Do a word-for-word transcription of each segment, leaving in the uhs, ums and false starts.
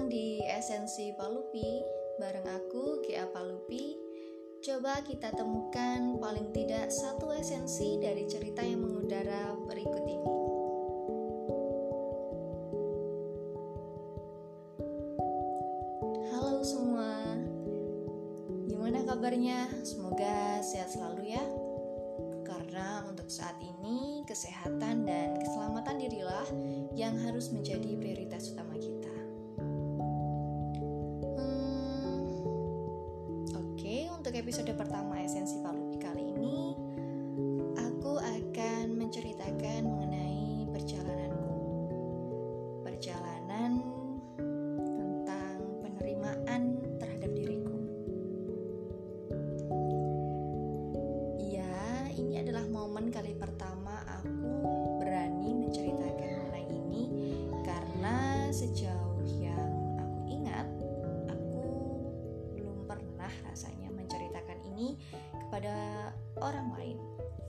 datang di Esensi Palupi bareng aku Gia Palupi. Coba kita temukan paling tidak satu esensi dari cerita yang mengudara berikut ini. Halo semua, gimana kabarnya? Semoga sehat selalu ya. Karena untuk saat ini kesehatan dan keselamatan dirilah yang harus menjadi prioritas utama kita. Hmm, Oke, untuk episode pertama Esensi Palupi kali ini, aku akan menceritakan mengenai perjalananku. Perjalanan tentang penerimaan terhadap diriku. Ya, ini adalah momen kali pertama aku berani menceritakan mengenai ini, karena sejauh yang aku ingat, aku belum pernah rasanya menceritakan ini kepada orang lain.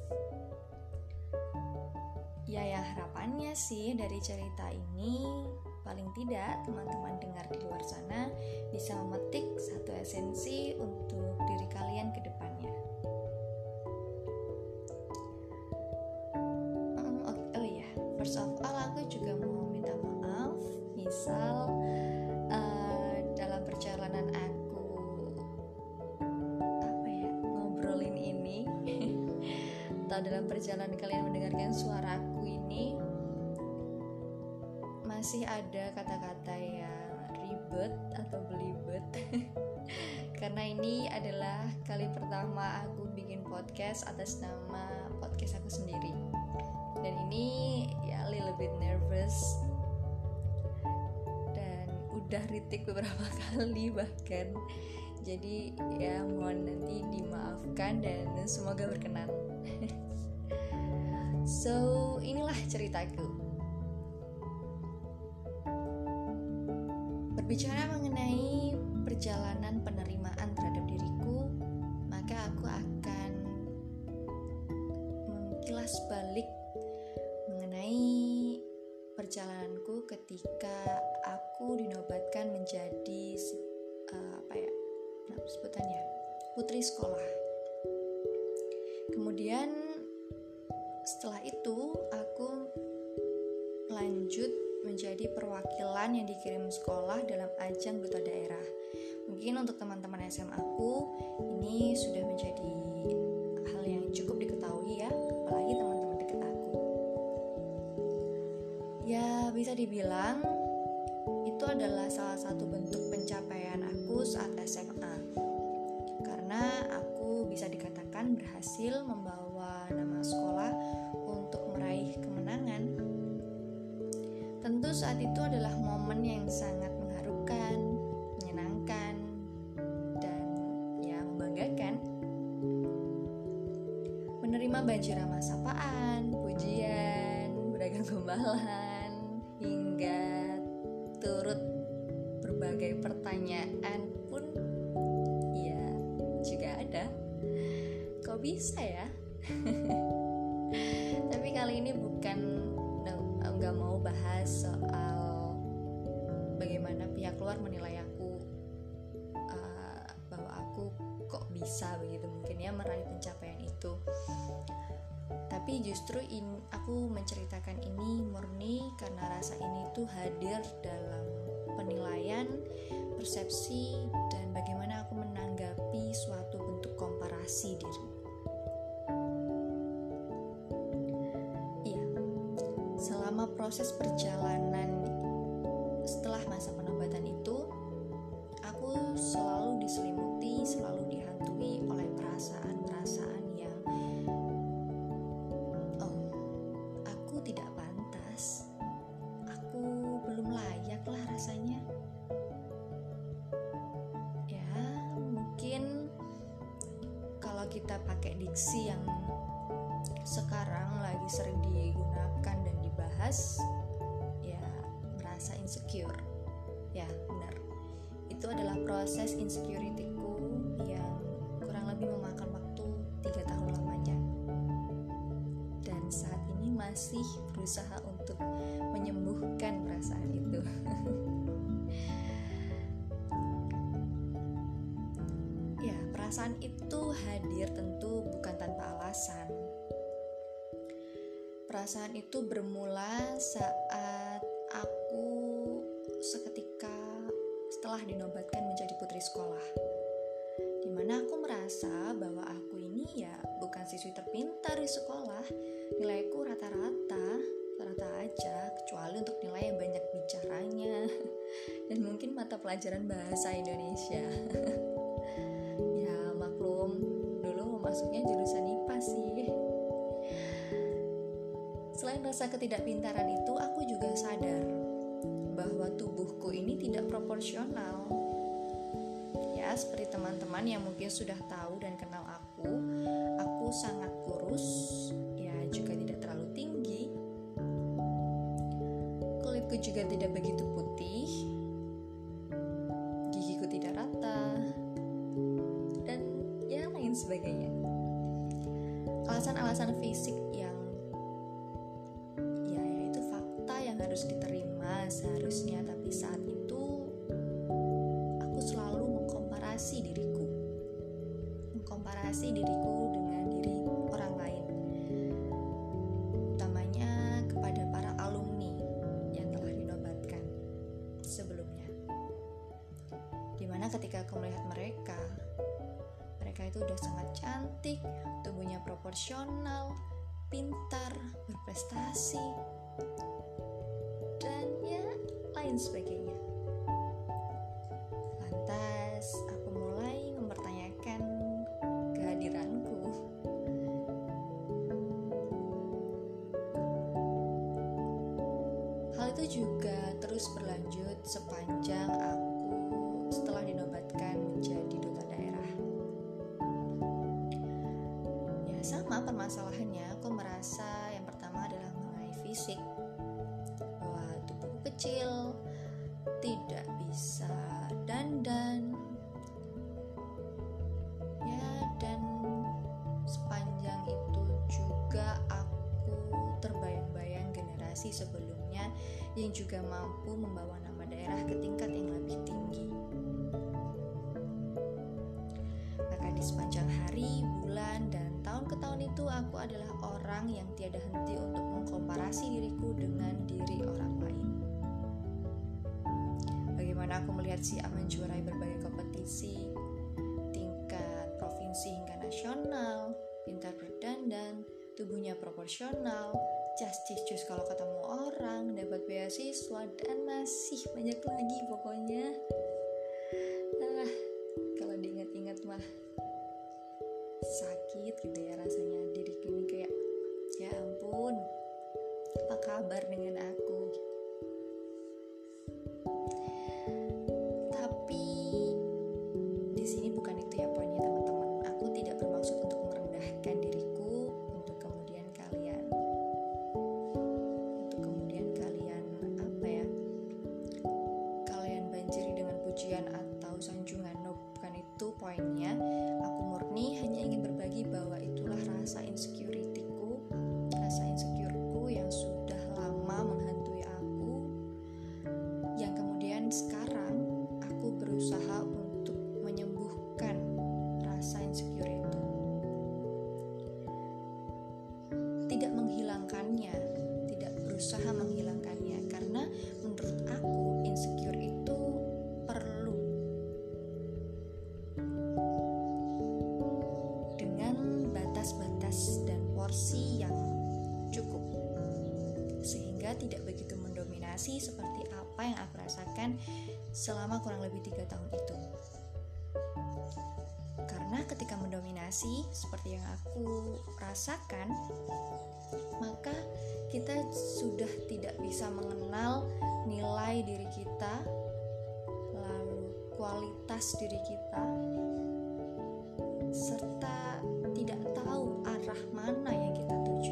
Ya, yang harapannya sih dari cerita ini, paling tidak teman-teman dengar di luar sana bisa memetik satu esensi untuk diri kalian ke depannya. Um, oh, oh iya, first of all aku juga mau minta maaf, misal uh, dalam perjalanan aku apa ya ngobrolin ini atau dalam perjalanan kalian mendengarkan suaraku ini masih ada kata-kata yang ribet atau belibet karena ini adalah kali pertama aku bikin podcast atas nama podcast aku sendiri, dan ini ya little bit nervous dan udah retake beberapa kali bahkan. Jadi ya mohon nanti dimaafkan dan semoga berkenan. So, inilah ceritaku. Berbicara mengenai perjalanan penerimaan terhadap diriku, maka aku akan mengkilas balik mengenai perjalananku ketika aku dinobatkan menjadi uh, apa ya nah, sebutannya putri sekolah. Kemudian setelah itu aku lanjut menjadi perwakilan yang dikirim sekolah dalam ajang duta daerah. Mungkin untuk teman-teman S M A aku ini sudah menjadi hal yang cukup diketahui ya, apalagi teman-teman dekat aku. Ya, bisa dibilang itu adalah salah satu bentuk pencapaian aku saat S M A. Karena aku bisa dikatakan berhasil membawa nama sekolah untuk meraih kemenangan. Tentu saat itu adalah momen yang sangat mengharukan, menyenangkan, dan ya membanggakan. Menerima banjir ramah sapaan, pujian, beragam gombalan, hingga turut berbagai pertanyaan pun ya juga ada. Kok bisa ya? Tapi kali ini bukan nggak mau bahas soal bagaimana pihak luar menilai aku, uh, bahwa aku kok bisa begitu mungkin ya meraih pencapaian itu. Tapi justru in, aku menceritakan ini murni karena rasa ini tuh hadir dalam penilaian, persepsi, dan bagaimana aku menanggapi suatu bentuk komparasi diri. Selama proses perjalanan setelah masa penobatan itu, aku selalu diselimuti, selalu dihantui oleh perasaan-perasaan yang oh, aku tidak pantas, aku belum layak lah rasanya. Ya, mungkin kalau kita pakai diksi yang sekarang lagi sering digunakan dan dibahas, ya merasa insecure. Ya benar, itu adalah proses insecurity-ku yang kurang lebih memakan waktu tiga tahun lamanya, dan saat ini masih berusaha untuk menyembuhkan perasaan itu. perasaan itu hadir tentu bukan tanpa alasan. Perasaan itu bermula saat aku seketika setelah dinobatkan menjadi putri sekolah, dimana aku merasa bahwa aku ini ya bukan siswi terpintar di sekolah. Nilaiku rata-rata rata aja, kecuali untuk nilai yang banyak bicaranya dan mungkin mata pelajaran bahasa Indonesia. Ya maklum, dulu masuknya jurusan I P A sih. Selain rasa ketidakpintaran itu, aku juga sadar bahwa tubuhku ini tidak proporsional. Ya, seperti teman-teman yang mungkin sudah tahu dan kenal aku, aku sangat kurus, ya juga tidak terlalu tinggi. Kulitku juga tidak begitu putih, gigiku tidak rata, dan ya lain sebagainya. Alasan-alasan fisik yang ya, ya itu fakta yang harus diterima seharusnya, tapi saat itu aku selalu mengkomparasi diriku mengkomparasi diriku dengan diri orang lain, utamanya kepada para alumni yang telah dinobatkan sebelumnya, dimana ketika aku melihat mereka mereka itu udah sangat cantik, tubuhnya proporsional, pintar, berprestasi, dan ya lain sebagainya. Lantas aku mulai mempertanyakan kehadiranku. Hal itu juga terus berlanjut sepanjang aku setelah dinobatkan menjadi duta daerah. Ya sama permasalahannya, aku merasa yang pertama adalah mengenai fisik, bahwa tubuhku kecil, tidak bisa dandan, ya, dan sepanjang itu juga aku terbayang-bayang generasi sebelumnya yang juga mampu membawa nama daerah ke tingkat yang lebih tinggi. Maka di sepanjang hari, bulan, dan tahun ke tahun itu aku adalah orang yang tiada henti untuk mengkomparasi diriku dengan diri orang lain. Bagaimana aku melihat si A menjuarai berbagai kompetisi tingkat provinsi hingga nasional, pintar berdandan, tubuhnya proporsional, jas-cis kalau ketemu orang, dapat beasiswa, dan masih banyak lagi pokoknya. Nah, kalau diingat-ingat mah sakit gitu ya rasanya, diri ini kayak ya ampun, apa kabar dengan aku? Tapi di sini bukan itu ya poinnya teman-teman. Aku tidak bermaksud untuk merendahkan diriku untuk kemudian kalian untuk kemudian kalian apa ya? Kalian banjiri dengan pujian atau sanjungan. No, bukan itu poinnya. Aku murni hanya ingin berbagi bahwa itulah rasa insecurity-ku, rasa insecureku yang sudah lama menghantui aku, yang kemudian sekarang aku berusaha untuk menyembuhkan rasa insecure itu. Tidak menghilangkannya, tidak berusaha menghilangkannya, karena menurut aku insecure itu perlu dengan batas-batas dan porsi yang cukup, sehingga tidak begitu mendominasi seperti apa yang aku rasakan selama kurang lebih tiga tahun itu. Karena ketika mendominasi seperti yang aku rasakan, maka kita sudah tidak bisa mengenal nilai diri kita, lalu kualitas diri kita, serta tidak tahu arah mana yang kita tuju.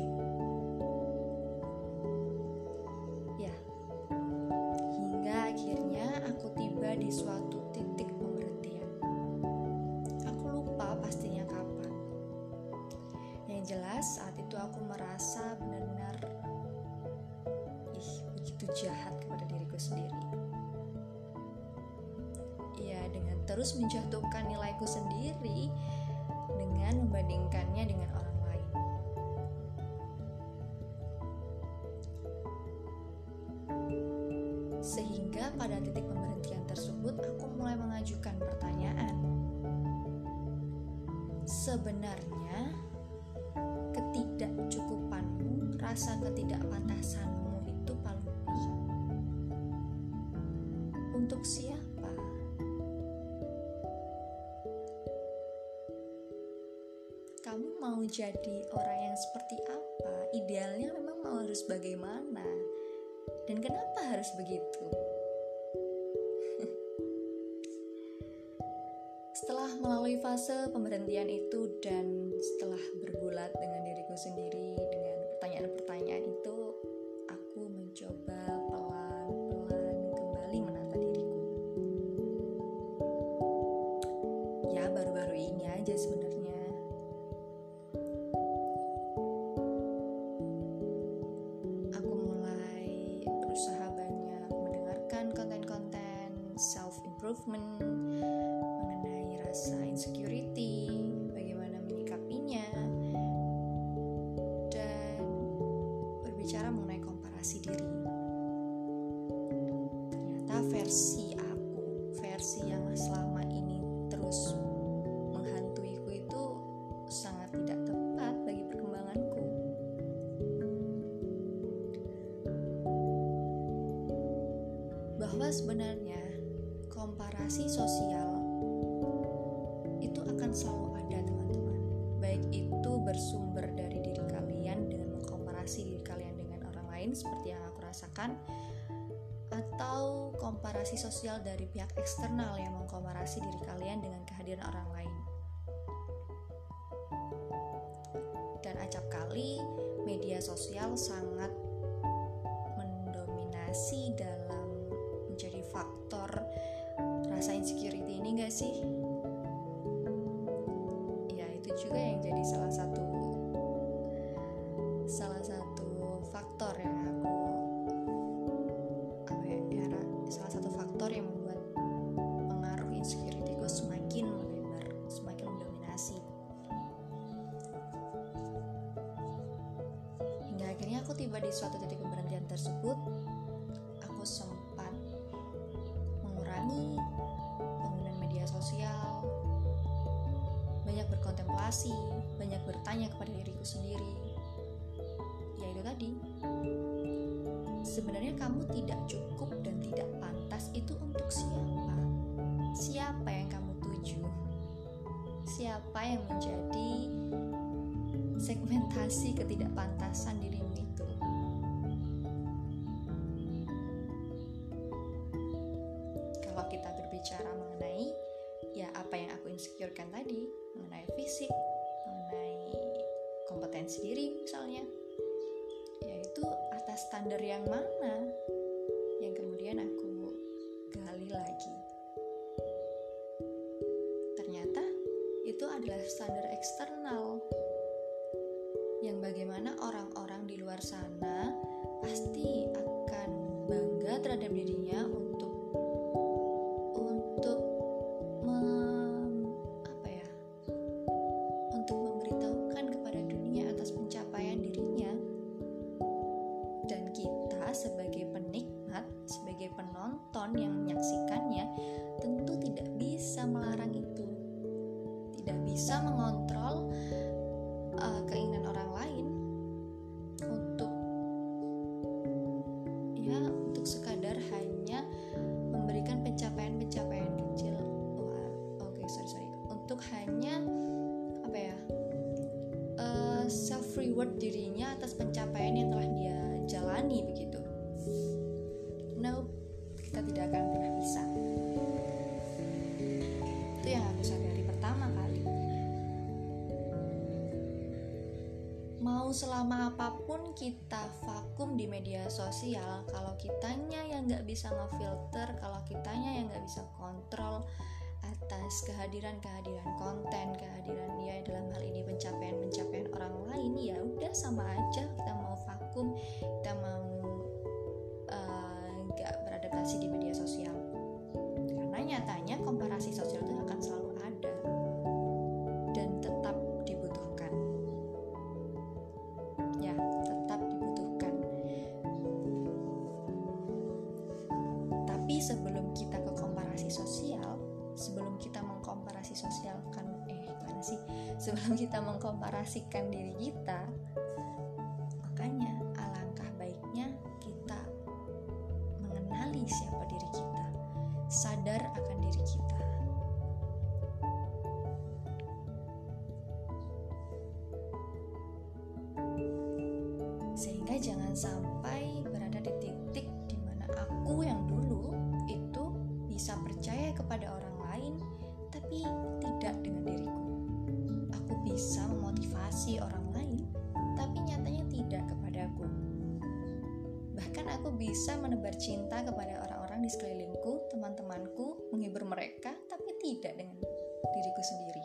Ya, hingga akhirnya aku tiba di suatu titik pemberhentian. Aku lupa pastinya kapan. Yang jelas saat itu aku merasa benar-benar ih, begitu jahat kepada diriku sendiri. Ya, dengan terus menjatuhkan nilaiku sendiri dengan membandingkannya dengan orang lain. Sehingga pada titik pemberhentian tersebut aku mulai mengajukan pertanyaan. Sebenarnya ketidakcukupanmu, rasa ketidakpantasanmu itu Palupi, untuk siapa? Kamu mau jadi orang yang seperti apa? Idealnya memang mau harus bagaimana? Dan kenapa harus begitu? Setelah melalui fase pemberhentian itu dan setelah bergulat dengan diriku sendiri dengan pertanyaan-pertanyaan itu, aku mencoba pelan-pelan kembali menata diriku. Ya, baru-baru ini aja sebenarnya. Aku mulai berusaha banyak mendengarkan konten-konten self-improvement mengenai rasa insecurity, bagaimana menyikapinya, dan berbicara mengenai komparasi diri. Ternyata versi aku, versi yang selama ini terus menghantuiku itu sangat tidak tepat bagi perkembanganku. Bahwa sebenarnya komparasi sosial itu akan selalu ada, teman-teman. Baik itu bersumber dari diri kalian dengan mengkomparasi diri kalian dengan orang lain seperti yang aku rasakan, atau komparasi sosial dari pihak eksternal yang mengkomparasi diri kalian dengan kehadiran orang lain. Dan acap kali media sosial sangat mendominasi dalam menjadi faktor rasa insecurity ini gak sih? Ya, itu juga yang jadi salah satu salah satu faktor yang aku apa ya, ya salah satu faktor yang membuat pengaruh insecurityku semakin melebar, semakin mendominasi. Hingga akhirnya aku tiba di suatu titik pemberhentian tersebut. Aku sempat mengurangi penggunaan media sosial, banyak berkontemplasi, banyak bertanya kepada diriku sendiri. Ya itu tadi, sebenarnya kamu tidak cukup dan tidak pantas itu untuk siapa? Siapa yang kamu tuju? Siapa yang menjadi segmentasi ketidakpantasan dirimu itu? Kalau kita berbicara mengenai ya apa yang aku insecurekan tadi, mengenai fisik, mengenai kompetensi diri misalnya, yaitu atas standar yang mana yang kemudian aku gali lagi. Ternyata itu adalah standar eksternal yang bagaimana orang-orang di luar sana pasti akan bangga terhadap dirinya untuk untuk mem, apa ya untuk memberitahukan kepada dunia atas pencapaian dirinya, dan kita sebagai penikmat, sebagai penonton yang menyaksikannya tentu tidak bisa melarang itu, tidak bisa mengontrol uh, keinginan orang lain untuk ya untuk sekadar hanya memberikan pencapaian-pencapaian kecil. Wah, oke okay, sorry sorry untuk hanya apa ya uh, self reward dirinya atas pencapaian yang telah dia jalani begitu. No, kita tidak akan pernah bisa. Itu yang aku sadari pertama kali. Mau selama apapun kita vakum di media sosial, kalau kitanya yang gak bisa ngefilter, kalau kitanya yang gak bisa kontrol atas kehadiran-kehadiran konten, kehadiran ya dalam hal ini pencapaian-pencapaian orang lain, ya udah sama aja kita mau vakum, kita mau uh, gak beradaptasi di media sosial. Karena nyatanya komparasi sosial sebelum kita mengkomparasikan diri kita, makanya alangkah baiknya kita mengenali siapa diri kita, sadar akan diri kita. Sehingga jangan sampai berada di titik di mana aku yang dulu itu bisa percaya kepada orang lain tapi tidak dengan diriku. Aku bisa memotivasi orang lain tapi nyatanya tidak kepadaku. Bahkan aku bisa menebar cinta kepada orang-orang di sekelilingku, teman-temanku, menghibur mereka tapi tidak dengan diriku sendiri.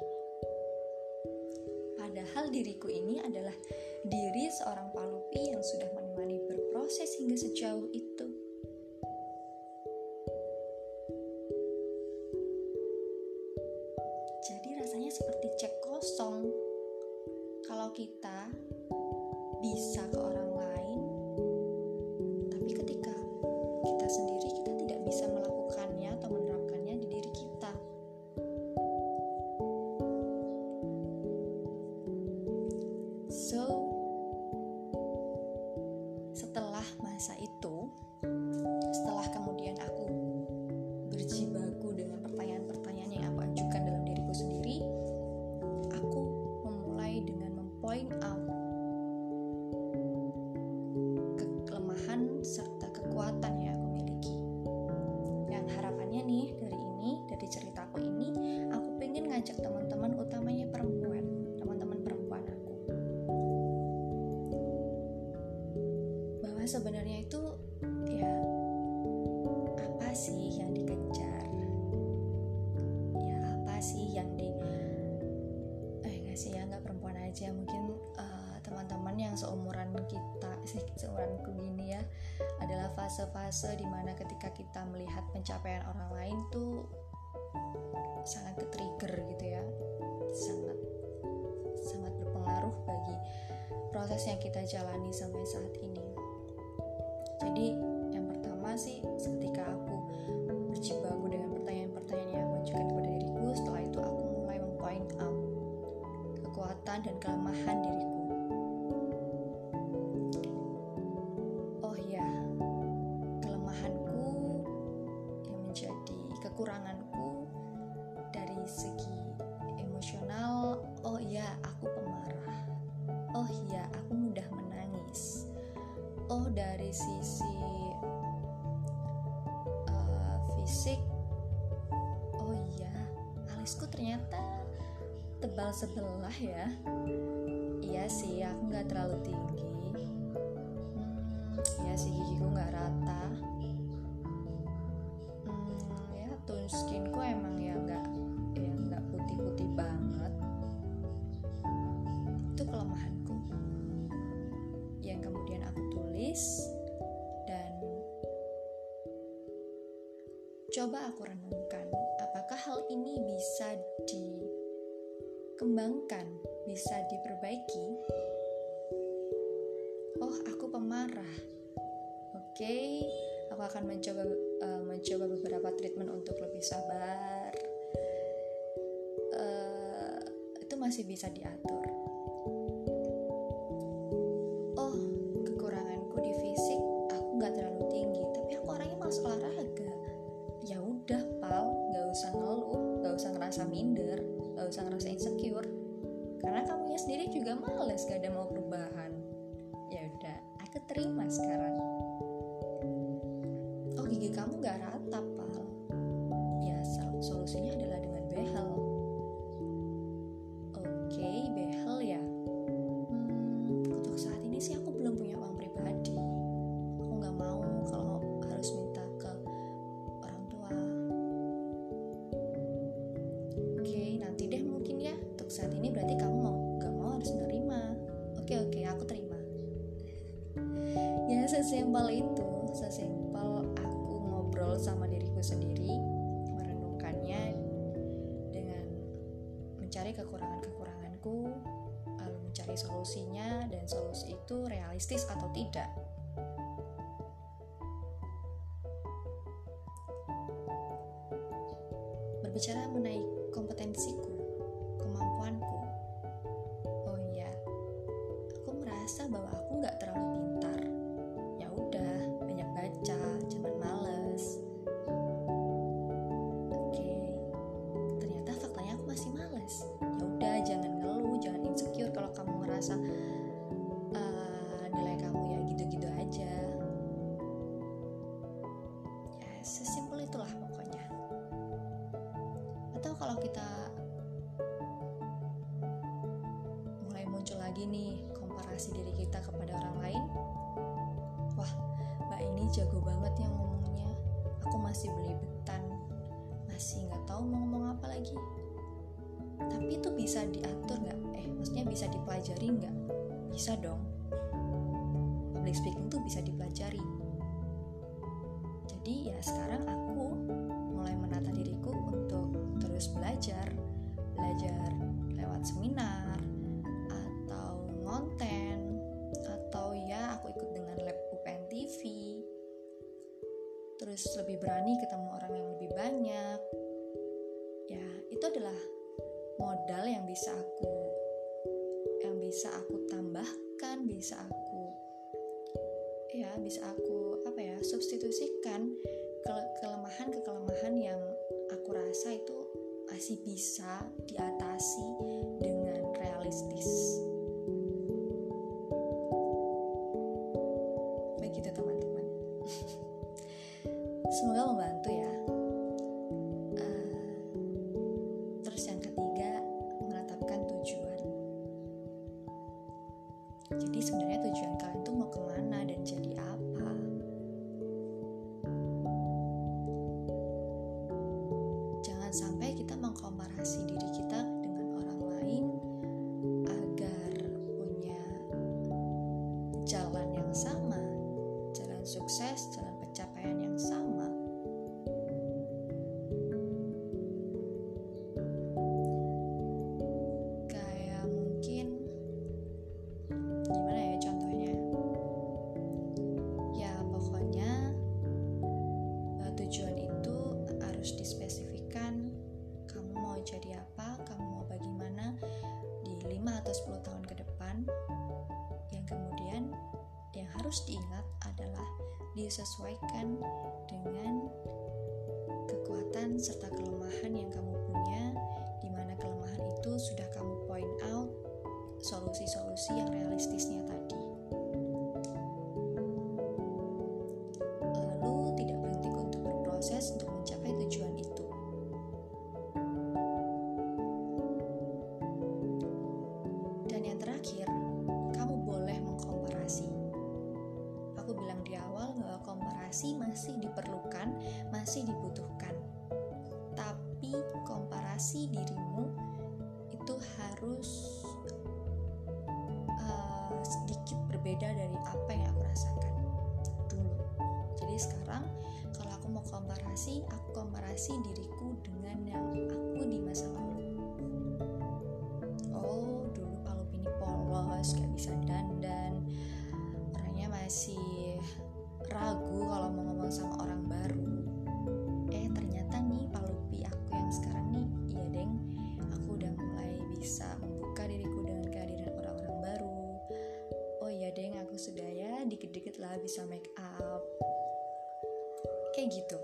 Padahal diriku ini adalah diri seorang Palupi yang sudah menemani berproses hingga sejauh itu. Jadi rasanya seperti cek kosong. Kalau kita bisa ke orang lain, tapi ketika kita sendiri kita tidak bisa melakukannya atau menerapkannya di diri kita. So, setelah masa itu, setelah kemudian aku berjibaku dengan pertanyaan-pertanyaan yang aku ajukan dalam diriku sendiri, aku memulai dengan mempoint out kelemahan serta kekuatan yang aku miliki. Yang harapannya nih dari ini, dari ceritaku ini, aku pengen ngajak teman-teman, utamanya perempuan, teman-teman perempuan aku, bahwa sebenarnya itu ya apa sih yang dikejar, ya apa sih yang di eh nggak sih ya nggak perempuan aja, mungkin uh, teman-teman yang seumuran kita sih, seumuranku gini ya, adalah fase-fase dimana ketika kita melihat pencapaian orang lain tuh sangat ke-trigger gitu ya, sangat sangat berpengaruh bagi proses yang kita jalani sampai saat ini. Jadi yang pertama sih, ketika aku berjibaku dengan pertanyaan-pertanyaan yang aku ajukan kepada diriku, setelah itu aku mulai mempoint out kekuatan dan kelemahan diriku. Oh ya, kelemahanku yang menjadi kekuranganku dari segi emosional. Oh iya, aku pemarah. Oh iya, aku mudah menangis. Oh, dari sisi uh, fisik, oh iya, alisku ternyata tebal sebelah ya. Iya sih, aku nggak terlalu tinggi. Hmm, iya sih, gigiku nggak rata. Hmm, ya tone skinku emang ya nggak, ya nggak putih-putih banget. Itu kelemahanku yang kemudian aku tulis dan coba aku renungkan, apakah hal ini bisa dikembangkan, bisa diperbaiki. Oh, aku pemarah. Oke, okay, aku akan mencoba uh, mencoba beberapa treatment untuk lebih sabar. Uh, itu masih bisa diatur. Gak terlalu tinggi, tapi aku orangnya malas olahraga. Ya udah pal, gak usah ngeluh, gak usah ngerasa minder, gak usah ngerasa insecure, karena kamunya sendiri juga males, gak ada mau perubahan. Ya udah, aku terima sekarang. Oh, gigi kamu gak rata pal. Ya solusinya adalah dengan behel. Oke, behel ya. Hmm, untuk saat ini sih aku belum punya uang pribadi. Gak mau kalau harus minta ke orang tua. Oke, nanti deh mungkin ya. Untuk saat ini berarti kamu mau gak mau harus menerima. Oke oke, aku terima. Ya sesimpel itu, sesimpel aku ngobrol sama diriku sendiri, merenungkannya dengan mencari kekurangan-kekuranganku, lalu mencari solusinya, dan solusi itu realistis atau tidak. Berbicara mengenai kompetensiku, kemampuanku, kalau kita mulai muncul lagi nih komparasi diri kita kepada orang lain, wah mbak ini jago banget yang ngomongnya, aku masih belibetan, masih gak tahu mau ngomong apa lagi. Tapi itu bisa diatur gak? Eh maksudnya bisa dipelajari gak? Bisa dong. Public speaking tuh bisa dipelajari. Jadi ya sekarang aku mulai menata diriku untuk terus belajar Belajar lewat seminar, atau ngonten, atau ya aku ikut dengan lab U P N T V. Terus lebih berani ketemu orang yang lebih banyak. Ya itu adalah modal yang bisa aku yang bisa aku tambahkan, bisa aku ya bisa aku apa ya substitusikan ke- kelemahan-kelemahan yang aku rasa itu masih bisa diatasi dengan realistis. Begitu teman-teman. Semoga membantu ya. Terus yang ketiga, menetapkan tujuan. Jadi sebenarnya tujuan kalian tuh mau kemana dan jadi apa? Jangan sampai kita mengkomparasi diri kita dengan orang lain agar punya jalan yang sama, jalan sukses, jalan pencapaian yang sama. Kayak mungkin gimana ya contohnya? Ya pokoknya uh, tujuan itu harus dispesifikkan. Kamu mau jadi apa, kamu mau bagaimana di lima atau sepuluh tahun ke depan. Yang kemudian yang harus diingat adalah disesuaikan dengan kekuatan serta kelemahan yang kamu punya, di mana kelemahan itu sudah kamu point out solusi-solusi yang realistisnya tadi. Lalu tidak berhenti untuk berproses untuk mencapai tujuan itu. Dan yang terakhir, kamu boleh mengkomparasi. Aku bilang di awal bahwa komparasi masih diperlukan, masih dibutuhkan. Tapi komparasi dirimu itu harus uh, sedikit berbeda dari apa yang aku rasakan dulu. Jadi sekarang kalau aku mau komparasi, aku komparasi diriku dengan yang aku di masa lalu. Oh, dulu Palu Pini polos, gak bisa dandan, orangnya masih ragu kalau mau ngomong sama orang baru. Eh ternyata nih Palupi aku yang sekarang nih, iya deng, aku udah mulai bisa membuka diriku dengan kehadiran orang-orang baru. Oh iya deng, aku sudah ya dikit-dikit lah bisa make up. Kayak gitu.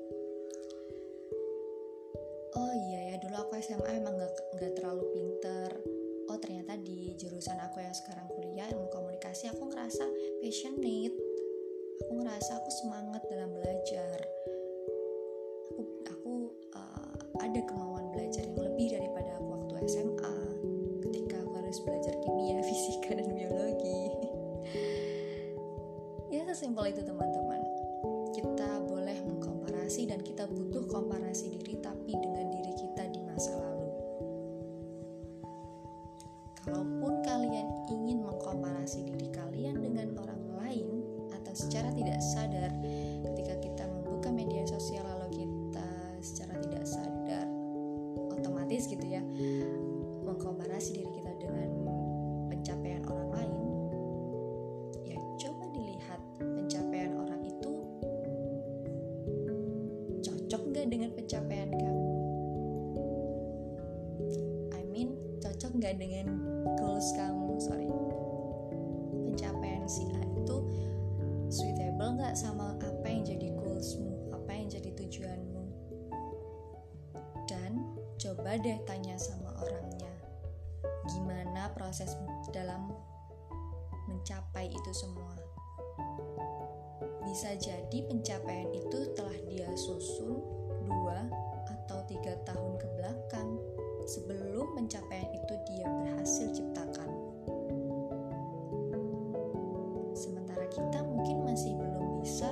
Oh iya ya, dulu aku S M A emang gak, gak terlalu pinter. Oh ternyata di jurusan aku yang sekarang kuliah, ilmu komunikasi, aku ngerasa passionate. Aku ngerasa aku semangat dalam belajar. Aku, aku uh, ada kemauan belajar yang lebih daripada aku waktu S M A, ketika aku harus belajar kimia, fisika, dan biologi. Ya sesimpel itu teman-teman. Kita boleh mengkomparasi dan kita butuh komparasi diri, tapi dengan diri kita di masa lalu. Kalaupun kalian ingin mengkomparasi diri kalian dengan orang lain, atau secara tidak sadar ketika kita membuka media sosial lalu kita secara tidak sadar otomatis gitu ya mengkomparasi diri kita dengan pencapaian orang lain, ya coba dilihat pencapaian orang itu cocok gak dengan pencapaian kamu. I mean cocok gak dengan goals kamu, sorry pencapaian si A itu suitable gak sama apa yang jadi goalsmu, apa yang jadi tujuanmu. Dan coba deh tanya sama orangnya, gimana proses dalam mencapai itu semua. Bisa jadi pencapaian itu telah dia susun dua atau tiga tahun ke belakang. pencapaian itu dia berhasil ciptakan. Sementara kita mungkin masih belum bisa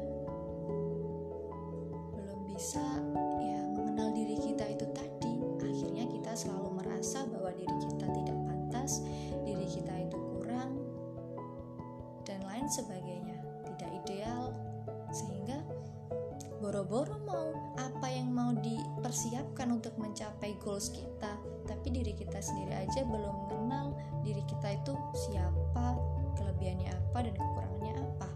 belum bisa ya mengenal diri kita itu tadi. Akhirnya kita selalu merasa bahwa diri kita tidak pantas, diri kita itu kurang dan lain sebagainya, tidak ideal, sehingga boro-boro mau apa yang mau dipersiapkan untuk mencapai goals kita, tapi diri kita sendiri aja belum mengenal diri kita itu siapa, kelebihannya apa dan kekurangannya apa.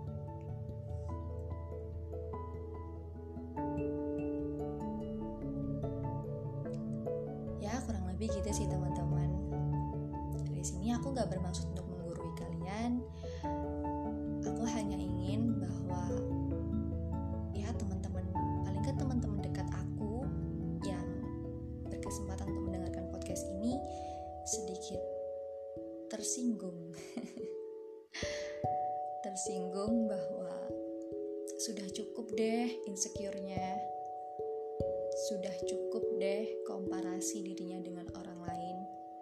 Ya kurang lebih gitu sih teman-teman. Dari sini aku gak bermaksud untuk menggurui kalian. Aku hanya ingin bahwa ya teman-teman, paling ke teman-teman dekat aku yang berkesempatan untuk mendengarkan podcast ini sedikit tersinggung tersinggung bahwa sudah cukup deh insecure-nya, sudah cukup deh komparasi dirinya dengan orang lain.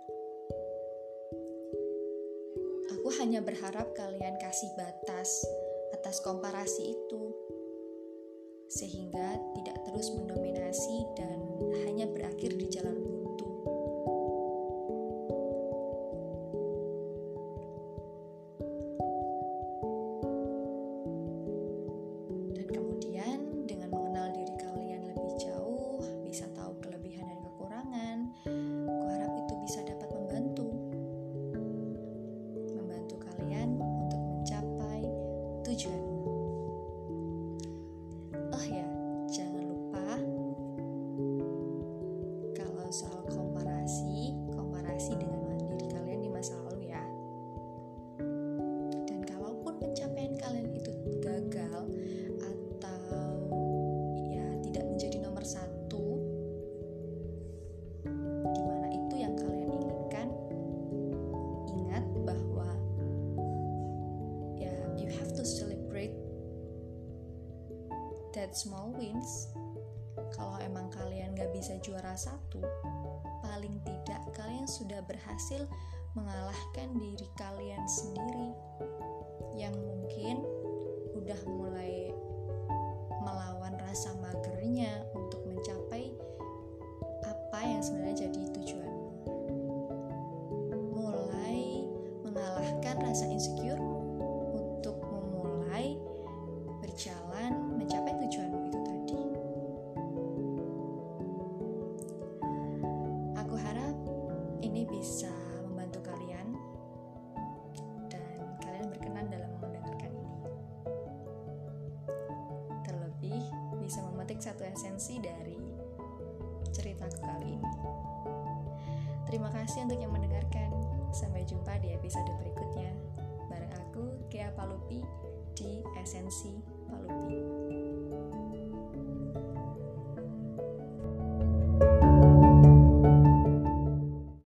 Aku hanya berharap kalian kasih batas atas komparasi itu, sehingga tidak terus mendominasi dan hanya berakhir di jalan buntu. Dan kemudian dengan mengenal diri kalian lebih jauh, bisa tahu kelebihan dan kekurangan, aku harap itu bisa dapat membantu membantu kalian untuk mencapai tujuan. Oh ya, jangan lupa kalau soal komparasi, komparasi dengan diri kalian di masa lalu ya. Dan kalaupun pencapaian kalian itu gagal atau ya tidak menjadi nomor satu, di mana itu yang kalian inginkan, ingat bahwa ya you have to celebrate that small wins. Kalau emang kalian gak bisa juara satu, paling tidak kalian sudah berhasil mengalahkan diri kalian sendiri yang mungkin udah mulai melawan rasa magernya untuk mencapai apa yang sebenarnya jadi tujuanmu. Mulai mengalahkan rasa insecure untuk memulai berjalan mencapai tujuanmu itu tadi. Aku harap ini bisa membantu kalian dan kalian berkenan dalam mendengarkan ini. Terlebih bisa memetik satu esensi dari ceritaku kali ini. Terima kasih untuk yang mendengarkan. Sampai jumpa di episode berikutnya bareng aku, Kea Palupi, di Esensi Palupi.